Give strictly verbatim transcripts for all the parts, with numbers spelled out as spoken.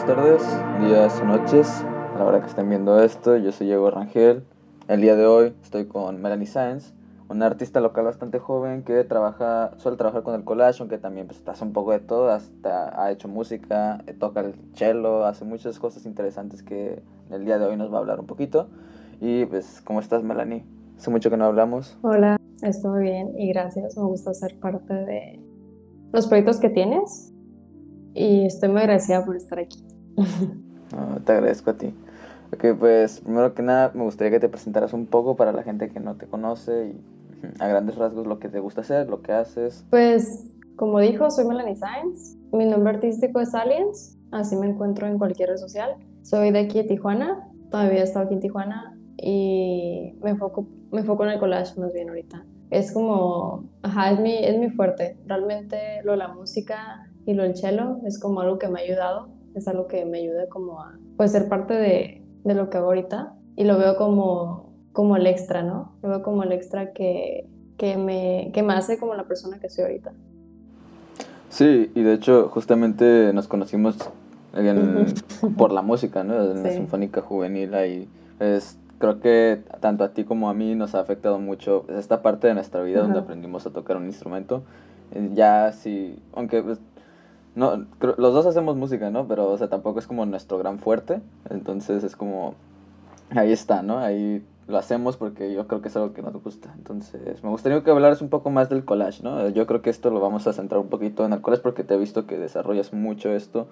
tardes, días o noches, a la hora que estén viendo esto. Yo soy Diego Rangel. El día de hoy estoy con Melanie Sáenz, una artista local bastante joven que trabaja, suele trabajar con el collage, aunque también pues, hace un poco de todo. Hasta ha hecho música, eh, toca el cello, hace muchas cosas interesantes que el día de hoy nos va a hablar un poquito. Y pues, ¿cómo estás, Melanie? Hace mucho que no hablamos. Hola, estoy muy bien y gracias. Me gusta ser parte de los proyectos que tienes y estoy muy agradecida por estar aquí. No, te agradezco a ti. Ok, pues primero que nada me gustaría que te presentaras un poco para la gente que no te conoce y a grandes rasgos lo que te gusta hacer, lo que haces. Pues, como dijo, soy Melanie Sáenz. Mi nombre artístico es Aliens, así me encuentro en cualquier red social. Soy de aquí de Tijuana, todavía he estado aquí en Tijuana y me enfoco, me enfoco en el collage más bien ahorita. Es como, ajá, es mi, es mi fuerte. Realmente lo de la música y lo del cello es como algo que me ha ayudado, es algo que me ayuda como a, pues, ser parte de, de lo que hago ahorita y lo veo como, como el extra, ¿no? Lo veo como el extra que que me, que me hace como la persona que soy ahorita. Sí, y de hecho justamente nos conocimos Ujú. en- por la música, ¿no? En la Sí, Sinfónica Juvenil ahí. Es, creo que tanto a ti como a mí nos ha afectado mucho pues, esta parte de nuestra vida donde ajá. aprendimos a tocar un instrumento. Eh, Ya sí, aunque pues, no, creo- los dos hacemos música, ¿no? Pero o sea, tampoco es como nuestro gran fuerte. Entonces es como ahí está, ¿no? Ahí lo hacemos porque yo creo que es algo que nos gusta. Entonces, me gustaría que hablaras un poco más del collage, ¿no? Yo creo que esto lo vamos a centrar un poquito en el collage porque te he visto que desarrollas mucho esto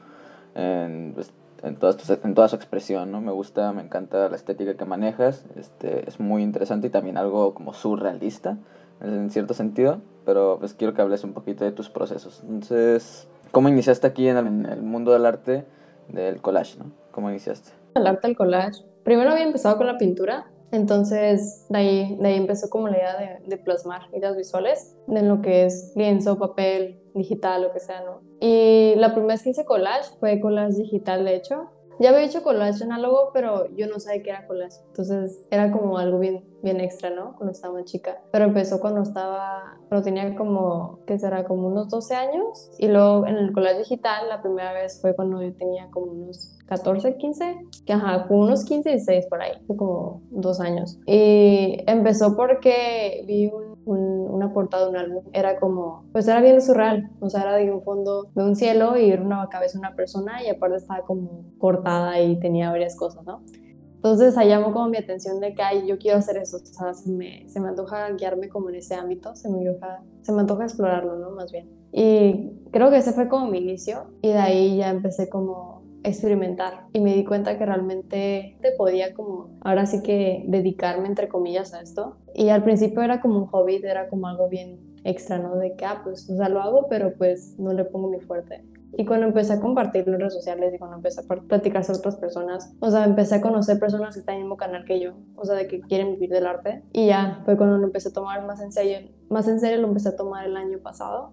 en, pues, en, toda, tu- en toda su expresión, ¿no? Me gusta, me encanta la estética que manejas. Este, es muy interesante y también algo como surrealista, en cierto sentido. Pero pues quiero que hables un poquito de tus procesos. Entonces, ¿cómo iniciaste aquí en el, en el mundo del arte del collage, ¿no? ¿Cómo iniciaste? El arte del collage. Primero había empezado con la pintura, entonces de ahí, de ahí empezó como la idea de, de plasmar ideas visuales en lo que es lienzo, papel, digital, lo que sea, ¿no? Y la primera vez que hice collage fue collage digital, de hecho. Ya había hecho collage análogo, pero yo no sabía qué era collage. Entonces era como algo bien, bien extra, ¿no? Cuando estaba más chica. Pero empezó cuando estaba, cuando tenía como, ¿qué será? Como unos doce años. Y luego en el collage digital, la primera vez fue cuando yo tenía como unos catorce quince que ajá, como unos quince dieciséis por ahí, fue como dos años. Y empezó porque vi un, un, una portada de un álbum, era como, pues era bien surreal, o sea, era de un fondo de un cielo y era una cabeza de una persona y aparte estaba como cortada y tenía varias cosas, ¿no? Entonces ahí llamó como mi atención de que, ay, yo quiero hacer eso, o sea, se me, se me antoja guiarme como en ese ámbito, se me antoja, se me antoja explorarlo, ¿no? Más bien. Y creo que ese fue como mi inicio y de ahí ya empecé como a experimentar y me di cuenta que realmente te podía como, ahora sí que dedicarme entre comillas a esto. Y al principio era como un hobby, era como algo bien extra, ¿no? De que, ah, pues, o sea, lo hago, pero pues no le pongo mi fuerte. Y cuando empecé a compartirlo en redes sociales y cuando empecé a platicar con otras personas, o sea, empecé a conocer personas que están en el mismo canal que yo, o sea, de que quieren vivir del arte. Y ya fue cuando lo empecé a tomar más en serio. Más en serio lo empecé a tomar el año pasado.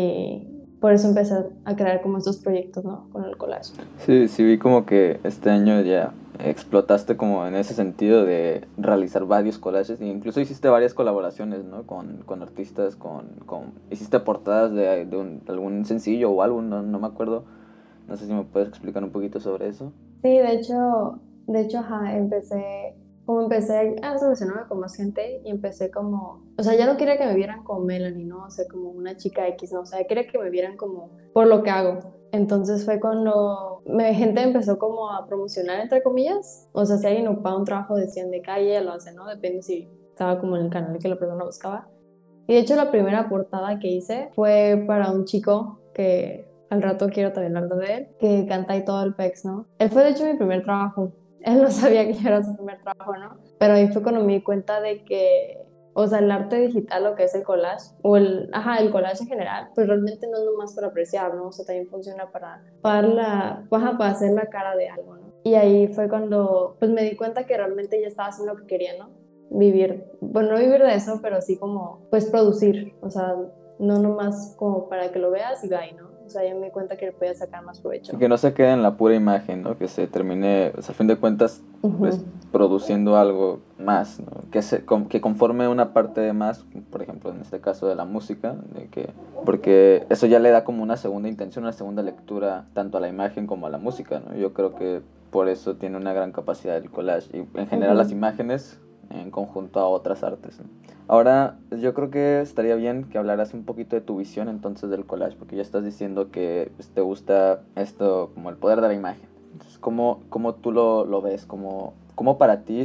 Y por eso empecé a crear como estos proyectos, ¿no? Con el collage. Sí, sí vi como que este año ya explotaste como en ese sentido de realizar varios collages e incluso hiciste varias colaboraciones, ¿no? Con, con artistas, con, con... Hiciste portadas de, de un- algún sencillo o álbum, no, no me acuerdo. No sé si me puedes explicar un poquito sobre eso. Sí, de hecho, de hecho, ajá, empecé, como empecé a relacionarme con más gente y empecé como, o sea, ya no quería que me vieran como Melanie, ¿no? O sea, como una chica X, no, o sea, quería que me vieran como por lo que hago. Entonces fue cuando me, gente empezó como a promocionar, entre comillas, o sea, si alguien ocupaba un trabajo decían de calle, ella lo hace, ¿no? Depende si estaba como en el canal que la persona buscaba. Y de hecho la primera portada que hice fue para un chico que al rato quiero también hablar de él, que canta y todo el pex, ¿no? Él fue de hecho mi primer trabajo. Él no sabía que yo era su primer trabajo, ¿no? Pero ahí fue cuando me di cuenta de que, o sea, el arte digital, lo que es el collage, o el, ajá, el collage en general, pues realmente no es nomás para apreciar, ¿no? O sea, también funciona para, para, la, ajá, para hacer la cara de algo, ¿no? Y ahí fue cuando, pues me di cuenta que realmente ya estaba haciendo lo que quería, ¿no? Vivir, bueno, no vivir de eso, pero sí como, pues producir, o sea, no nomás como para que lo veas y va ahí, ¿no? sea, ya me di cuenta que le podía sacar más provecho. Y que no se quede en la pura imagen, ¿no? Que se termine, pues, al fin de cuentas, pues, Ujú. produciendo algo más, ¿no? Que, se, con- que conforme una parte de más, por ejemplo, en este caso de la música, de que, porque eso ya le da como una segunda intención, una segunda lectura, tanto a la imagen como a la música, ¿no? Yo creo que por eso tiene una gran capacidad el collage, y en general las Ujú. imágenes en conjunto a otras artes, ¿no? Ahora, yo creo que estaría bien que hablaras un poquito de tu visión entonces del collage, porque ya estás diciendo que pues, te gusta esto como el poder de la imagen. Entonces, ¿cómo, cómo tú lo, lo ves? ¿Cómo, cómo para ti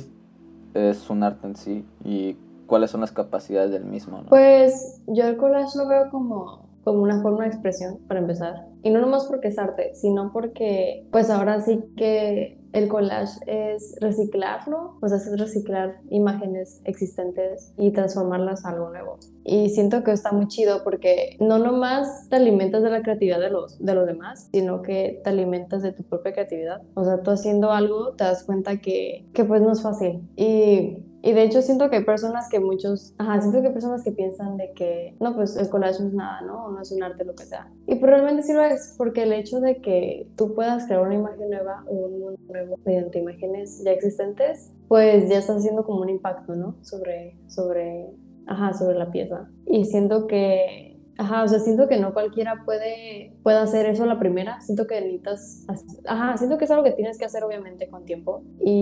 es un arte en sí? ¿Y cuáles son las capacidades del mismo, no? Pues yo el collage lo veo como, como una forma de expresión, para empezar. Y no nomás porque es arte, sino porque pues ahora sí que el collage es reciclarlo, o sea, es reciclar imágenes existentes y transformarlas a algo nuevo. Y siento que está muy chido porque no nomás te alimentas de la creatividad de los, de los demás, sino que te alimentas de tu propia creatividad. O sea, tú haciendo algo te das cuenta que, que pues no es fácil. Y y de hecho siento que hay personas que muchos, ajá, siento que hay personas que piensan de que, no, pues el collage no es nada, ¿no? O no es un arte, lo que sea. Y pues realmente sí lo es, porque el hecho de que tú puedas crear una imagen nueva o un mundo nuevo mediante imágenes ya existentes, pues ya estás haciendo como un impacto, ¿no? Sobre, sobre, ajá, sobre la pieza. Y siento que ajá, o sea, siento que no cualquiera puede, puede hacer eso a la primera. Siento que necesitas, ajá, siento que es algo que tienes que hacer obviamente con tiempo.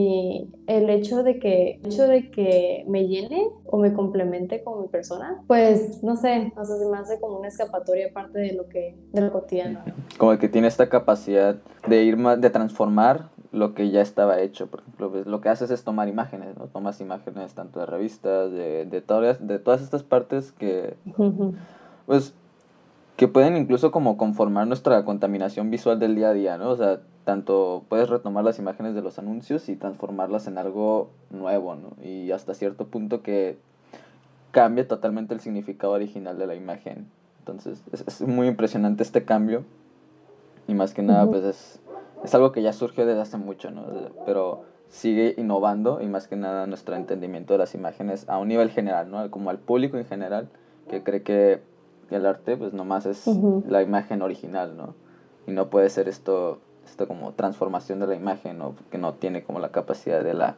Y el hecho de que, el hecho de que me llene o me complemente como mi persona, pues no sé, o sea, se me hace como una escapatoria aparte de lo que, de lo cotidiano. Como que tiene esta capacidad de ir más, de transformar lo que ya estaba hecho. Por ejemplo, pues, lo que haces es tomar imágenes, ¿no? Tomas imágenes tanto de revistas, de, de, todas, de todas estas partes que, pues, que pueden incluso como conformar nuestra contaminación visual del día a día, ¿no? O sea, tanto puedes retomar las imágenes de los anuncios y transformarlas en algo nuevo, ¿no? Y hasta cierto punto que cambia totalmente el significado original de la imagen. Entonces, es, es muy impresionante este cambio. Y más que nada, pues es, es algo que ya surgió desde hace mucho, ¿no? Pero sigue innovando y más que nada nuestro entendimiento de las imágenes a un nivel general, ¿no? Como al público en general, que cree que el arte, pues nomás es Ujú. la imagen original, ¿no? Y no puede ser esto, esto como transformación de la imagen, ¿no? Que no tiene como la capacidad de la,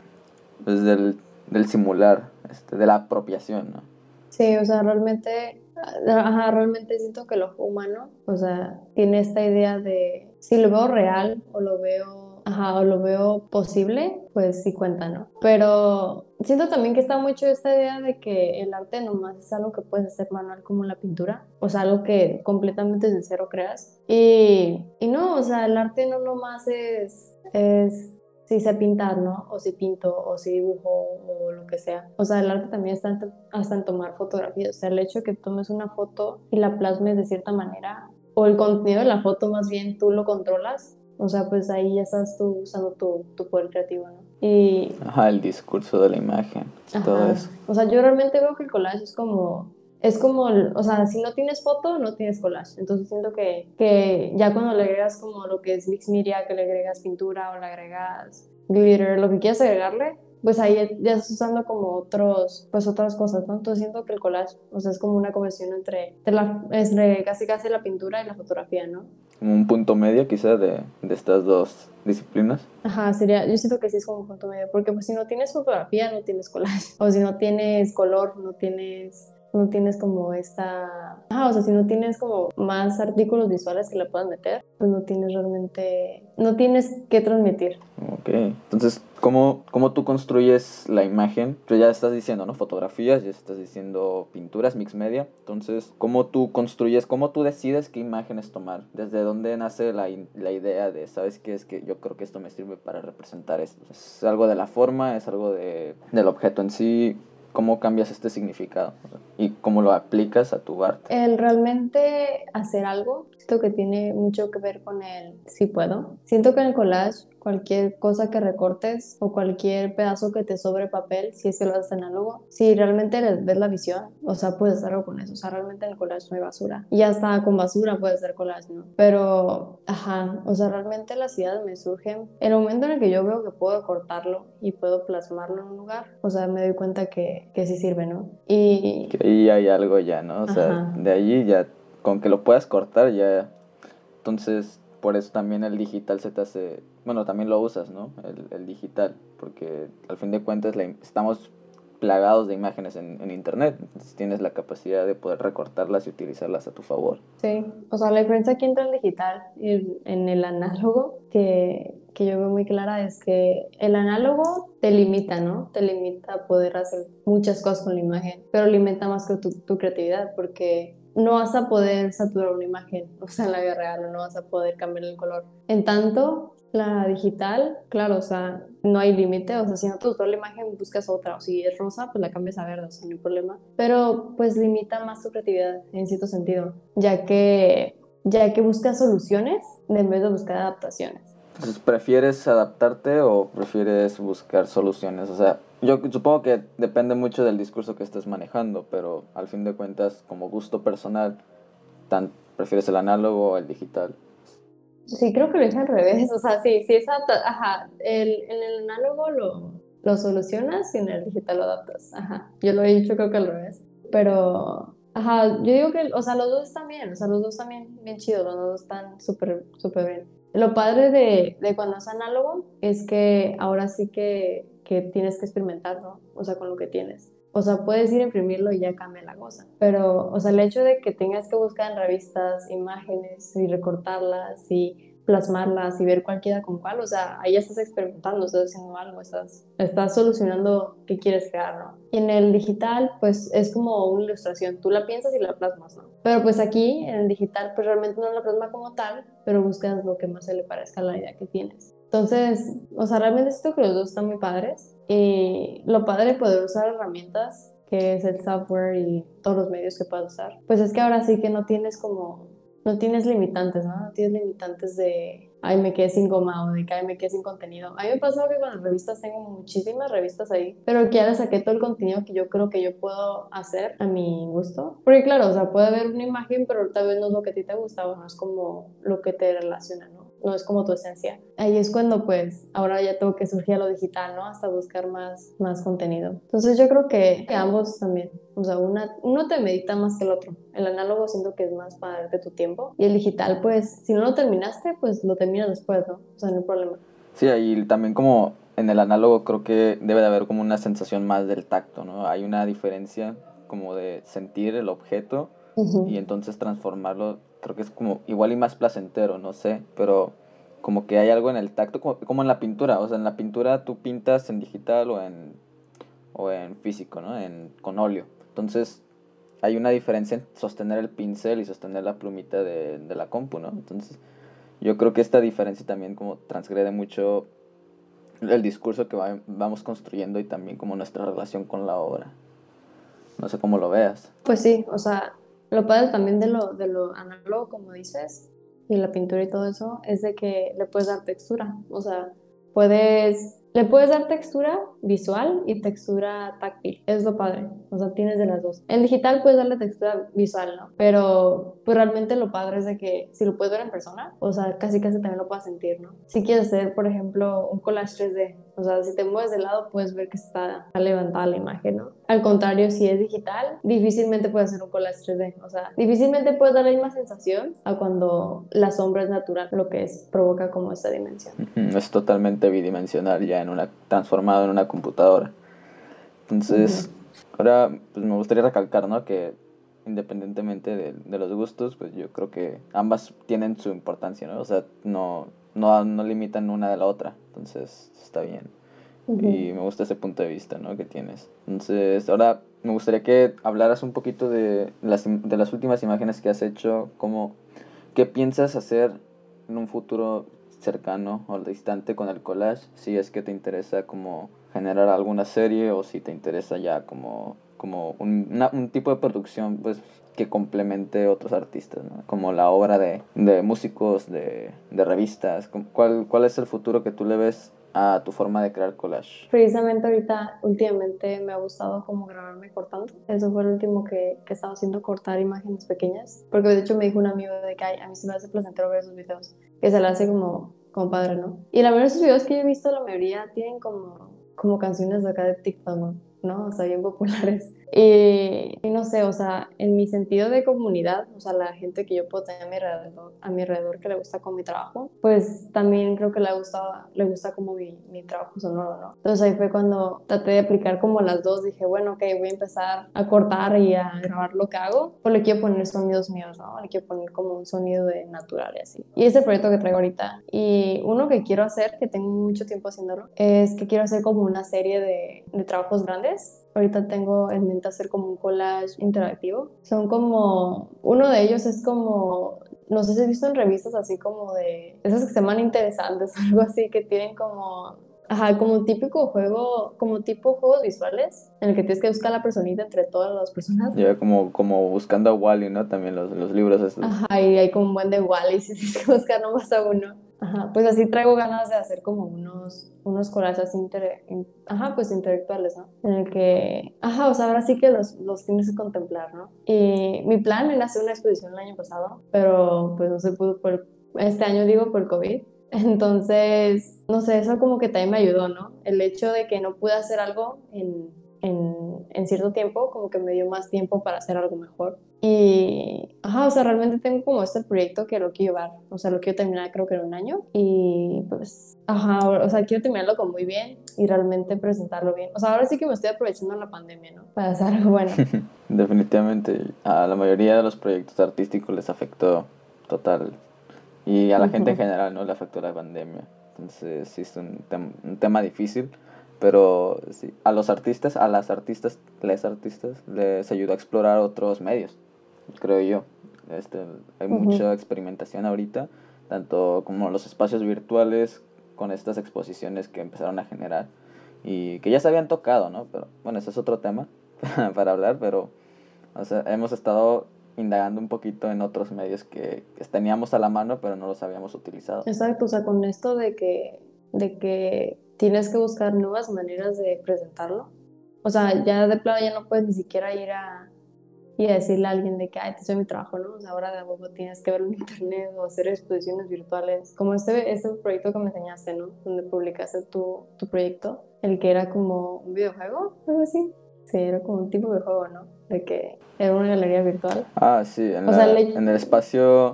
pues del, del simular, este, de la apropiación, ¿no? Sí, o sea, realmente, ajá, realmente siento que el ojo humano, o sea, tiene esta idea de si lo veo real o lo veo, ajá, o lo veo posible, pues sí cuenta, ¿no? Pero siento también que está mucho esta idea de que el arte nomás es algo que puedes hacer manual como la pintura, o sea, algo que completamente de cero creas. Y, y no, o sea, el arte no nomás es, es si sé pintar, ¿no? O si pinto, o si dibujo, o lo que sea. O sea, el arte también está en- hasta en tomar fotografías. O sea, el hecho de que tomes una foto y la plasmes de cierta manera, o el contenido de la foto más bien tú lo controlas, o sea, pues ahí ya estás tú usando tu, tu poder creativo, ¿no? Y, Ajá, el discurso de la imagen, todo eso. ajá, o sea, yo realmente veo que el collage es como... Es como, el- o sea, si no tienes foto, no tienes collage. Entonces siento que, que ya cuando le agregas como lo que es mixed media, que le agregas pintura o le agregas glitter, lo que quieras agregarle, pues ahí ya estás usando como otros, pues otras cosas, ¿no? Entonces siento que el collage, o sea, es como una conversión entre, entre, la, entre casi casi la pintura y la fotografía, ¿no? Como un punto medio quizá de, de estas dos disciplinas. Ajá, sería, yo siento que sí es como un punto medio, porque pues si no tienes fotografía, no tienes collage, o si no tienes color, no tienes, no tienes como esta, ajá, o sea, si no tienes como más artículos visuales que le puedas meter, pues no tienes realmente, no tienes que transmitir. Ok, entonces, ¿cómo, cómo tú construyes la imagen? Tú ya estás diciendo, ¿no? Fotografías, ya estás diciendo pinturas, mix media. Entonces, ¿cómo tú construyes, cómo tú decides qué imágenes tomar? ¿Desde dónde nace la, in- la idea de, ¿sabes qué? Es que yo creo que esto me sirve para representar esto. ¿Es algo de la forma? ¿Es algo de, del objeto en sí? ¿Cómo cambias este significado? ¿Y cómo lo aplicas a tu arte? El realmente hacer algo, siento que tiene mucho que ver con el si puedo. Siento que en el collage, cualquier cosa que recortes o cualquier pedazo que te sobre papel, si es que lo haces análogo, si realmente le ves la visión, o sea, puedes hacer algo con eso. O sea, realmente en el collage no hay basura. Y hasta con basura puedes hacer collage, ¿no? Pero, ajá, o sea, realmente las ideas me surgen. En el momento en el que yo veo que puedo cortarlo y puedo plasmarlo en un lugar, o sea, me doy cuenta que, que sí sirve, ¿no? Que Y, ahí hay algo ya, ¿no? O sea, ajá. de allí ya con que lo puedas cortar ya. Entonces, por eso también el digital se te hace, bueno, también lo usas, ¿no? El, el digital, porque al fin de cuentas la, estamos plagados de imágenes en, en internet, entonces tienes la capacidad de poder recortarlas y utilizarlas a tu favor. Sí, o sea, la diferencia aquí entre el digital y el- en el análogo que, que yo veo muy clara es que el análogo te limita, ¿no? Te limita a poder hacer muchas cosas con la imagen, pero limita más que tu, tu creatividad porque no vas a poder saturar una imagen, o sea, en la vida real, o no vas a poder cambiar el color. En tanto, la digital, claro, o sea, no hay límite, o sea, si no te gustó la imagen, buscas otra, o si es rosa, pues la cambias a verde, o sea, no hay problema. Pero pues limita más tu creatividad en cierto sentido, ya que, ya que buscas soluciones en vez de buscar adaptaciones. Entonces, ¿prefieres adaptarte o prefieres buscar soluciones? O sea, yo supongo que depende mucho del discurso que estés manejando, pero al fin de cuentas, como gusto personal, tan, ¿prefieres el análogo o el digital? Sí, creo que lo hice al revés, o sea, sí, sí es adapta, ajá, el, en el análogo lo, lo solucionas y en el digital lo adaptas, ajá, yo lo he dicho creo que al revés, pero, ajá, yo digo que, o sea, los dos están bien, o sea, los dos están bien, bien chidos, los dos están súper, súper bien. Lo padre de, de cuando es análogo es que ahora sí que, que tienes que experimentar, ¿no? O sea, con lo que tienes. O sea, puedes ir a imprimirlo y ya cambia la cosa. Pero, o sea, el hecho de que tengas que buscar en revistas imágenes y recortarlas y plasmarlas y ver cuál queda con cuál, o sea, ahí ya estás experimentando, estás haciendo algo, estás, estás solucionando qué quieres crear, ¿no? Y en el digital, pues es como una ilustración, tú la piensas y la plasmas, ¿no? Pero pues aquí, en el digital, pues realmente no la plasma como tal, pero buscas lo que más se le parezca a la idea que tienes. Entonces, o sea, realmente siento que los dos están muy padres. Y lo padre de poder usar herramientas, que es el software y todos los medios que puedas usar, pues es que ahora sí que no tienes como, no tienes limitantes, ¿no? No tienes limitantes de, ay, me quedé sin goma o de que, ay, me quedé sin contenido. A mí me pasó que con las revistas tengo muchísimas revistas ahí, pero que ya le saqué todo el contenido que yo creo que yo puedo hacer a mi gusto. Porque claro, o sea, puede haber una imagen, pero tal vez no es lo que a ti te gusta o no es como lo que te relaciona, ¿no? No es como tu esencia. Ahí es cuando pues ahora ya tengo que surgir a lo digital, ¿no? Hasta buscar más, más contenido. Entonces yo creo que, que ambos también, o sea, una, uno te medita más que el otro. El análogo siento que es más para darte tu tiempo y el digital pues si no lo terminaste pues lo terminas después, ¿no? O sea, no hay problema. Sí, y también como en el análogo creo que debe de haber como una sensación más del tacto, ¿no? Hay una diferencia como de sentir el objeto y Ujú. entonces transformarlo, creo que es como igual y más placentero, no sé, pero como que hay algo en el tacto, como, como en la pintura, o sea, en la pintura tú pintas en digital o en, o en físico, ¿no? En, con óleo. Entonces hay una diferencia en sostener el pincel y sostener la plumita de, de la compu, ¿no? Entonces yo creo que esta diferencia también como transgrede mucho el discurso que va- vamos construyendo y también como nuestra relación con la obra. No sé cómo lo veas. Pues sí, o sea, lo padre también de lo, de lo análogo, como dices, y la pintura y todo eso, es de que le puedes dar textura. O sea, puedes, le puedes dar textura visual y textura táctil. Es lo padre. O sea, tienes de las dos. En digital puedes darle textura visual, ¿no? Pero pues realmente lo padre es de que si lo puedes ver en persona, o sea, casi casi también lo puedes sentir, ¿no? Si quieres hacer, por ejemplo, un collage tres D, o sea, si te mueves de lado puedes ver que está, está levantada la imagen, ¿no? Al contrario, si es digital, difícilmente puedes hacer un collage tres D. O sea, difícilmente puedes dar la misma sensación a cuando la sombra es natural, lo que es, provoca como esta dimensión. Ujú, es totalmente bidimensional ya en una transformado en una computadora. Entonces, Ujú. ahora pues me gustaría recalcar, ¿no? Que independientemente de, de los gustos, pues yo creo que ambas tienen su importancia, ¿no? O sea, no, no, no limitan una de la otra. Entonces, está bien. Y me Ujú. gusta ese punto de vista, ¿no? Que tienes. Entonces, ahora me gustaría que hablaras un poquito de las, im- de las últimas imágenes que has hecho, cómo, qué piensas hacer en un futuro cercano o distante con el collage, si es que te interesa como generar alguna serie o si te interesa ya como, como un, una- un tipo de producción pues que complemente otros artistas, ¿no? Como la obra de, de músicos, de, de revistas. Como- ¿Cuál, cuál es el futuro que tú le ves a tu forma de crear collage? Precisamente ahorita, últimamente me ha gustado como grabarme cortando. Eso fue el último que, que estaba haciendo, cortar imágenes pequeñas. Porque de hecho me dijo un amigo de que "Ay, a mí se me hace placentero ver esos videos, que se le hace como, como padre, ¿no? Y la verdad, esos videos que yo he visto, la mayoría tienen como, como canciones de acá de TikTok, ¿no? ¿no? O sea, bien populares. Y, y no sé, o sea, en mi sentido de comunidad, o sea, la gente que yo puedo tener a mi alrededor, a mi alrededor que le gusta con mi trabajo, pues también creo que le gusta, le gusta como mi, mi trabajo sonoro, ¿no? Entonces ahí fue cuando traté de aplicar como las dos, dije, bueno, ok, voy a empezar a cortar y a grabar lo que hago, pues le quiero poner sonidos míos, ¿no? Le quiero poner como un sonido de natural y así. Y ese proyecto que traigo ahorita. Y uno que quiero hacer, que tengo mucho tiempo haciéndolo, es que quiero hacer como una serie de, de trabajos grandes. Ahorita tengo en mente hacer como un collage interactivo. Son como, uno de ellos es como, no sé si has visto en revistas así como de, esas que se llaman interesantes, algo así, que tienen como, ajá, como un típico juego, como tipo juegos visuales, en el que tienes que buscar la personita entre todas las personas. Ya como, como buscando a Wally, ¿no? También los, los libros esos. Ajá, y hay como un buen de Wallis y tienes que buscar nomás a uno. Ajá, pues así traigo ganas de hacer como unos, unos collages inter, in- ajá, pues intelectuales, ¿no? En el que, ajá, o sea, ahora sí que los, los tienes que contemplar, ¿no? Y mi plan era hacer una exposición el año pasado, pero pues no se pudo por, este año digo por COVID. Entonces, no sé, eso como que también me ayudó, ¿no? El hecho de que no pude hacer algo en, en, en cierto tiempo, como que me dio más tiempo para hacer algo mejor. Y, ajá, o sea, realmente tengo como este proyecto que lo quiero llevar, o sea, lo quiero terminar creo que en un año y pues, ajá, o sea, quiero terminarlo con muy bien y realmente presentarlo bien. O sea, ahora sí que me estoy aprovechando la pandemia, ¿no? Para hacer algo bueno. Definitivamente a la mayoría de los proyectos artísticos les afectó total. Y a la gente en Ujú. general, ¿no? Le afectó la pandemia. Entonces, sí, es un, tem- un tema difícil. Pero sí, a los artistas, a las artistas, les artistas, les ayudó a explorar otros medios, creo yo. Este, hay mucha Ujú. experimentación ahorita, tanto como los espacios virtuales, con estas exposiciones que empezaron a generar y que ya se habían tocado, ¿no? Pero bueno, ese es otro tema para hablar, pero o sea, hemos estado indagando un poquito en otros medios que, que teníamos a la mano, pero no los habíamos utilizado. Exacto, o sea, con esto de que, de que tienes que buscar nuevas maneras de presentarlo. O sea, ya de plano ya no puedes ni siquiera ir a y decirle a alguien de que, ay, te soy mi trabajo, ¿no? O sea, ahora de nuevo tienes que verlo en internet o hacer exposiciones virtuales, como este, este proyecto que me enseñaste, ¿no? Donde publicaste tu, tu proyecto, el que era como un videojuego, algo así. Sí, era como un tipo de juego, ¿no? De que era una galería virtual. Ah, sí, en, O sea, la, le, en el espacio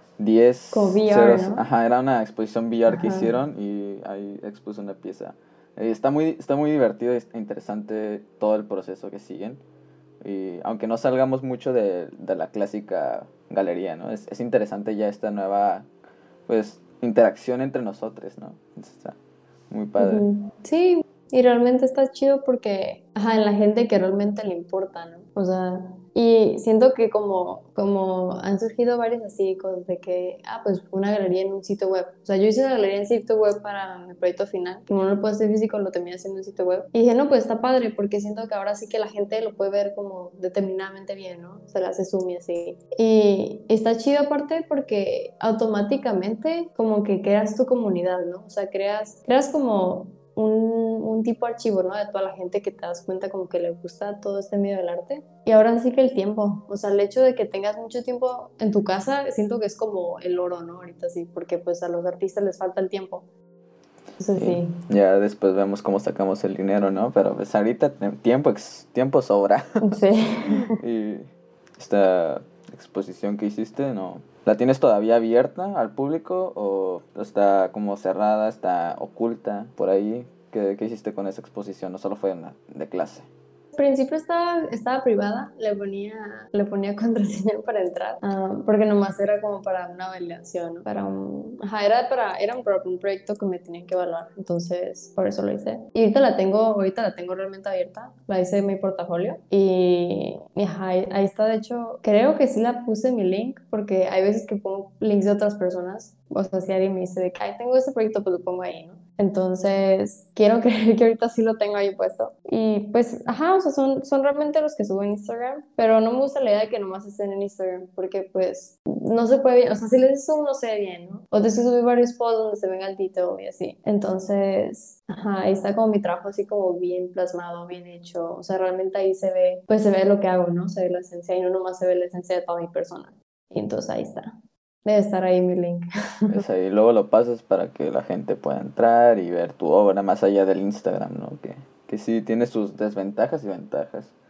como diez cero, V R, ¿no? ajá, era una exposición V R que Ajá. hicieron y ahí expuso una pieza. Eh, está muy, está muy divertido e interesante todo el proceso que siguen. Y aunque no salgamos mucho de, de la clásica galería, ¿no? Es, es interesante ya esta nueva, pues, interacción entre nosotros, ¿no? Está muy padre. Ujú. Sí, y realmente está chido porque, ajá, en la gente que realmente le importa, ¿no? O sea, y siento que como, como han surgido varias así cosas de que, ah, pues una galería en un sitio web. O sea, yo hice una galería en sitio web para mi proyecto final. Como no lo puedo hacer físico, lo terminé haciendo en sitio web. Y dije, no, pues está padre porque siento que ahora sí que la gente lo puede ver como determinadamente bien, ¿no? Se le hace zoom y así. Y está chido aparte porque automáticamente como que creas tu comunidad, ¿no? O sea, creas, creas como un, un tipo de archivo, ¿no? De toda la gente que te das cuenta como que le gusta todo este medio del arte. Y ahora sí que el tiempo, o sea, el hecho de que tengas mucho tiempo en tu casa, siento que es como el oro, ¿no? Ahorita sí, porque pues a los artistas les falta el tiempo. Entonces Sí, sí, ya después vemos cómo sacamos el dinero, ¿no? Pero pues ahorita te- tiempo, ex- tiempo sobra. sí. Y esta exposición que hiciste, ¿no? ¿La tienes todavía abierta al público o está como cerrada, está oculta por ahí? ¿Qué, qué hiciste con esa exposición? ¿No solo fue una de clase? Al principio estaba, estaba privada, le ponía, le ponía contraseña para entrar, ah, porque nomás era como para una validación, ¿no? Para un, ajá, era para, era un, pro- un proyecto que me tenían que evaluar, entonces por eso lo hice. Y ahorita la tengo, ahorita la tengo realmente abierta, la hice en mi portafolio y, y ajá, ahí, ahí está, de hecho, creo que sí la puse en mi link, porque hay veces que pongo links de otras personas, o sea, si alguien me dice de que, ay, tengo este proyecto, pues lo pongo ahí, ¿no? Entonces, quiero creer que ahorita sí lo tengo ahí puesto. Y pues, ajá, o sea, son, son realmente los que subo en Instagram, pero no me gusta la idea de que nomás estén en Instagram, porque pues no se puede bien, o sea, si les zoom no se ve bien, ¿no? O tienes que subir varios posts donde se venga el detail y así. Entonces, ajá, ahí está como mi trabajo así como bien plasmado, bien hecho. O sea, realmente ahí se ve, pues se ve lo que hago, ¿no? Se ve la esencia y no nomás se ve la esencia de toda mi persona. Y entonces ahí está. Debe estar ahí mi link. Es ahí, luego lo pasas para que la gente pueda entrar y ver tu obra más allá del Instagram, ¿no? Que, que sí tiene sus desventajas y ventajas.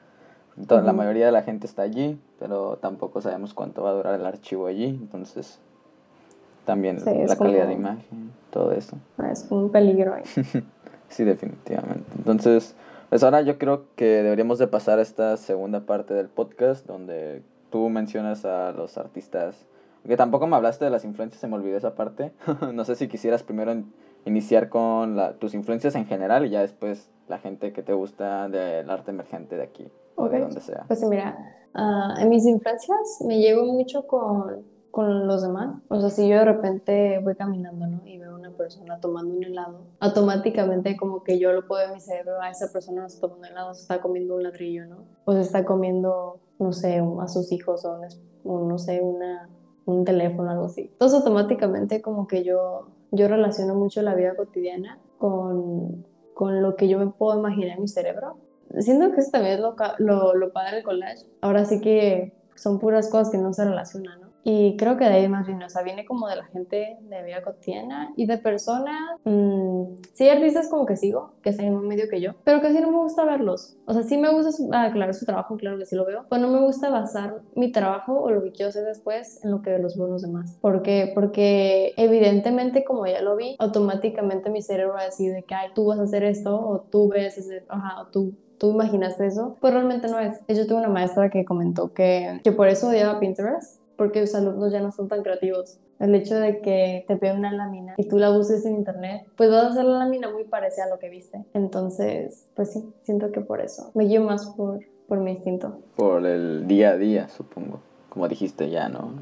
Entonces, la Ujú. mayoría de la gente está allí, pero tampoco sabemos cuánto va a durar el archivo allí, entonces también Sí, es la calidad de como, imagen, todo eso. es un peligro ahí. Sí, definitivamente. Entonces, pues ahora yo creo que deberíamos de pasar a esta segunda parte del podcast donde tú mencionas a los artistas, que tampoco me hablaste de las influencias, se me olvidó esa parte. No sé si quisieras primero in- iniciar con la, tus influencias en general y ya después la gente que te gusta del arte emergente de aquí o Ok, de donde sea. pues sí, mira, ah, en mis infancias me llevo mucho con, con los demás. O sea, si yo de repente voy caminando, ¿no? Y veo a una persona tomando un helado, automáticamente como que yo lo puedo en mi cerebro, a esa persona no está tomando helado, se está comiendo un ladrillo, ¿no? O se está comiendo, no sé, a sus hijos o, un es- o no sé, una, un teléfono, algo así. Entonces automáticamente como que yo, yo relaciono mucho la vida cotidiana con, con lo que yo me puedo imaginar en mi cerebro. Siento que eso también es lo, ca- lo, lo padre del collage. Ahora sí que son puras cosas que no se relacionan, ¿no? Y creo que de ahí más bien, o sea, viene como de la gente de vida cotidiana y de personas. Mmm, sí, hay artistas como que sigo, que están en el mismo medio que yo, pero casi no me gusta verlos. O sea, sí me gusta, su, ah, claro, su trabajo, claro que sí lo veo, pero no me gusta basar mi trabajo o lo que quiero hacer después en lo que los veo los demás. ¿Por qué? Porque evidentemente, como ya lo vi, automáticamente mi cerebro va a decir de que, ay, tú vas a hacer esto, o tú ves, ese, ajá, o tú tú imaginaste eso, pues realmente no es. Yo tuve una maestra que comentó que, que por eso odiaba Pinterest, porque los alumnos ya no son tan creativos. El hecho de que te peguen una lámina y tú la uses en internet, pues vas a hacer la lámina muy parecida a lo que viste. Entonces, pues sí, siento que por eso. Me guío más por, por mi instinto. Por el día a día, supongo, como dijiste ya, ¿no?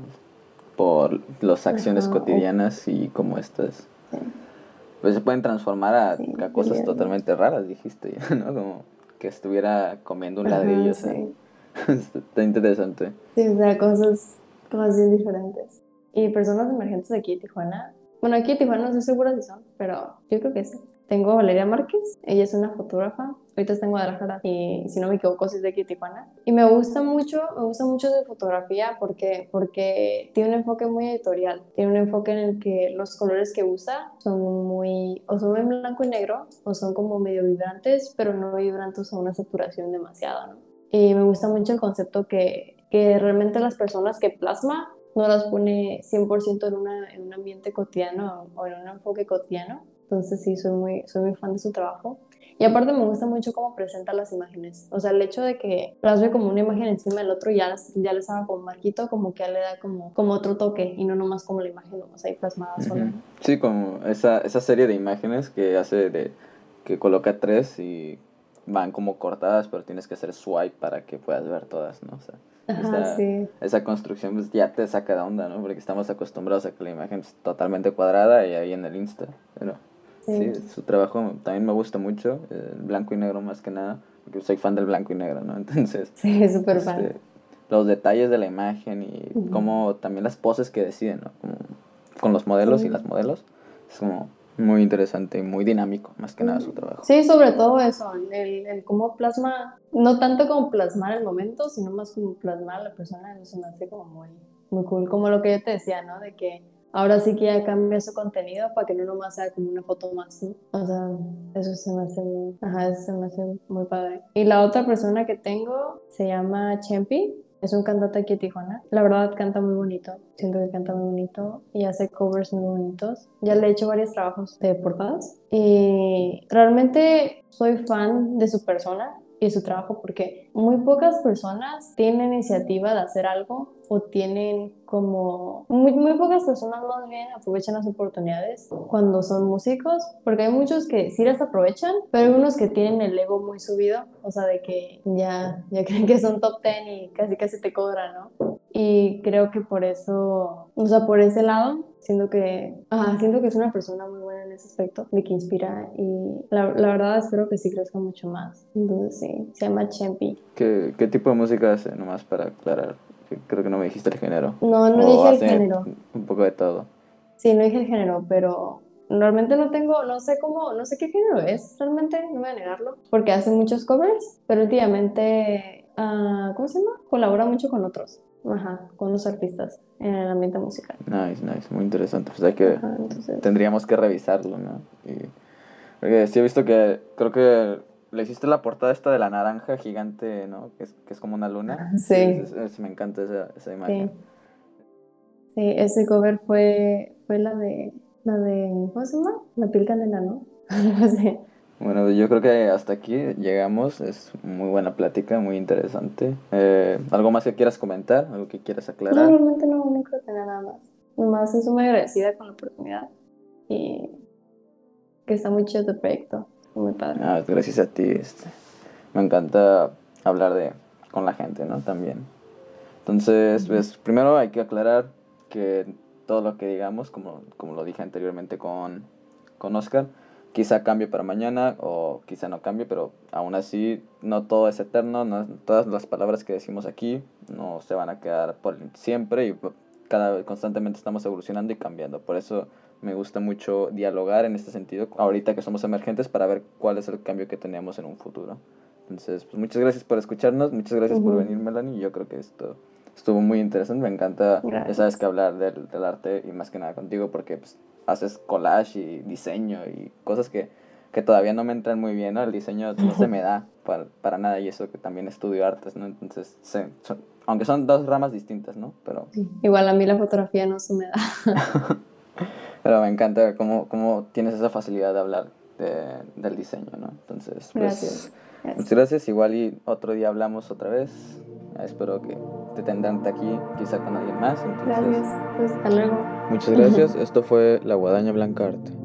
Por las acciones Ajá, o cotidianas y como estas, sí, pues se pueden transformar a, sí, a el cosas día a día. totalmente raras, dijiste ya, ¿no? Como que estuviera comiendo un ladrillo, Ajá, o sea, sí. está interesante. Sí, o sea, cosas, cosas bien diferentes. Y personas emergentes de aquí de Tijuana. Bueno, aquí en Tijuana no estoy segura si son, pero yo creo que sí. Tengo a Valeria Márquez, ella es una fotógrafa. Ahorita está en Guadalajara y si no me equivoco, sí es de aquí de Tijuana. Y me gusta mucho, me gusta mucho su fotografía porque, porque tiene un enfoque muy editorial. Tiene un enfoque en el que los colores que usa son muy, o son en blanco y negro, o son como medio vibrantes, pero no vibrantes a una saturación demasiada, ¿no? Y me gusta mucho el concepto que, que realmente las personas que plasma no las pone cien por ciento en, una, en un ambiente cotidiano o en un enfoque cotidiano. Entonces sí, soy muy, soy muy fan de su trabajo. Y aparte me gusta mucho cómo presenta las imágenes. O sea, el hecho de que plasme como una imagen encima del otro ya, las- ya les haga como marquito, como que ya le da como, como otro toque y no nomás como la imagen nomás ahí plasmada sola, Ujú. ¿no? Sí, como esa, esa serie de imágenes que hace de, que coloca tres y van como cortadas, pero tienes que hacer swipe para que puedas ver todas, ¿no? O sea, Ajá, esta, sí. esa construcción pues, ya te saca de onda, ¿no? Porque estamos acostumbrados a que la imagen es totalmente cuadrada y ahí en el Insta. Pero sí, Sí, su trabajo también me gusta mucho, el blanco y negro más que nada, porque soy fan del blanco y negro, ¿no? Entonces, sí, súper fan. este, los detalles de la imagen y Ujú. como también las poses que deciden, ¿no? Como con los modelos y las Sí. modelos. Es como muy interesante y muy dinámico, más que nada su Mm, trabajo. sí, sobre todo eso, el, el cómo plasma, no tanto como plasmar el momento, sino más como plasmar a la persona, eso se me hace como muy, muy cool, como lo que yo te decía, ¿no? De que ahora sí que ya cambia su contenido para que no nomás sea como una foto más, ¿no? O sea, eso se me hace muy, ajá, eso se me hace muy padre. Y la otra persona que tengo se llama Chempi, es un cantante aquí de Tijuana. La verdad canta muy bonito. Siento que canta muy bonito y hace covers muy bonitos. Ya le he hecho varios trabajos de portadas y realmente soy fan de su persona y de su trabajo porque muy pocas personas tienen iniciativa de hacer algo o tienen como muy, muy pocas personas más bien aprovechan las oportunidades cuando son músicos, porque hay muchos que sí las aprovechan, pero hay unos que tienen el ego muy subido, o sea, de que ya, ya creen que son top ten y casi casi te cobran, ¿no? Y creo que por eso, o sea, por ese lado, siento que, ajá, siento que es una persona muy buena en ese aspecto, de que inspira y la, la verdad espero que sí crezca mucho más. Entonces sí, se llama Chempi. ¿Qué, qué tipo de música hace? Nomás para aclarar. Que creo que no me dijiste el género. No, no O dije el hace género. un poco de todo. Sí, no dije el género, pero realmente no tengo, no sé cómo, no sé qué género es, realmente, no voy a negarlo, porque hace muchos covers, pero últimamente, ah, ¿cómo se llama? Colabora mucho con otros, ajá, con los artistas en el ambiente musical. Nice, nice, muy interesante. Pues hay que, Ajá, entonces, tendríamos que revisarlo, ¿no? Y, porque sí he visto que, creo que le hiciste la portada esta de la naranja gigante, ¿no? Que es, que es como una luna. Sí, Es- es- es- me encanta esa, esa imagen. sí, sí, ese cover fue, fue la de, la de, ¿cómo se llama? La piel canela, ¿no? Algo así. Bueno, yo creo que hasta aquí llegamos. Es muy buena plática, muy interesante. Eh, ¿algo más que quieras comentar? ¿Algo que quieras No, aclarar? realmente no, no creo que nada más. Nomás estoy muy agradecida con la oportunidad y que está muy chido tu proyecto, muy padre. Ah, gracias a ti. Este, me encanta hablar de con la gente, ¿no? También. Entonces, Ujú. pues, primero hay que aclarar que todo lo que digamos, como, como lo dije anteriormente con, con Oscar, quizá cambie para mañana o quizá no cambie, pero aún así no todo es eterno, no, todas las palabras que decimos aquí no se van a quedar por siempre y pues, cada vez constantemente estamos evolucionando y cambiando. Por eso me gusta mucho dialogar en este sentido, ahorita que somos emergentes, para ver cuál es el cambio que tenemos en un futuro. Entonces, pues muchas gracias por escucharnos, muchas gracias por venir, Ujú. Melanie. Yo creo que esto estuvo muy interesante. Me encanta, ya sabes, que Gracias. hablar del, del arte y más que nada contigo porque pues, haces collage y diseño y cosas que, que todavía no me entran muy bien, ¿no? El diseño no se me da para, para nada y eso que también estudio artes, ¿no? Entonces, sí, son- aunque son dos ramas distintas, ¿no? Pero, Sí. Igual a mí la fotografía no se me da. pero me encanta cómo, cómo tienes esa facilidad de hablar de, del diseño, ¿no? Entonces, pues, Gracias. muchas Gracias. gracias. Igual y otro día hablamos otra vez. Espero que te tendrán aquí, quizá con alguien más. Entonces, Gracias. Pues hasta luego. muchas gracias. Esto fue La Guadaña Blanca Arte.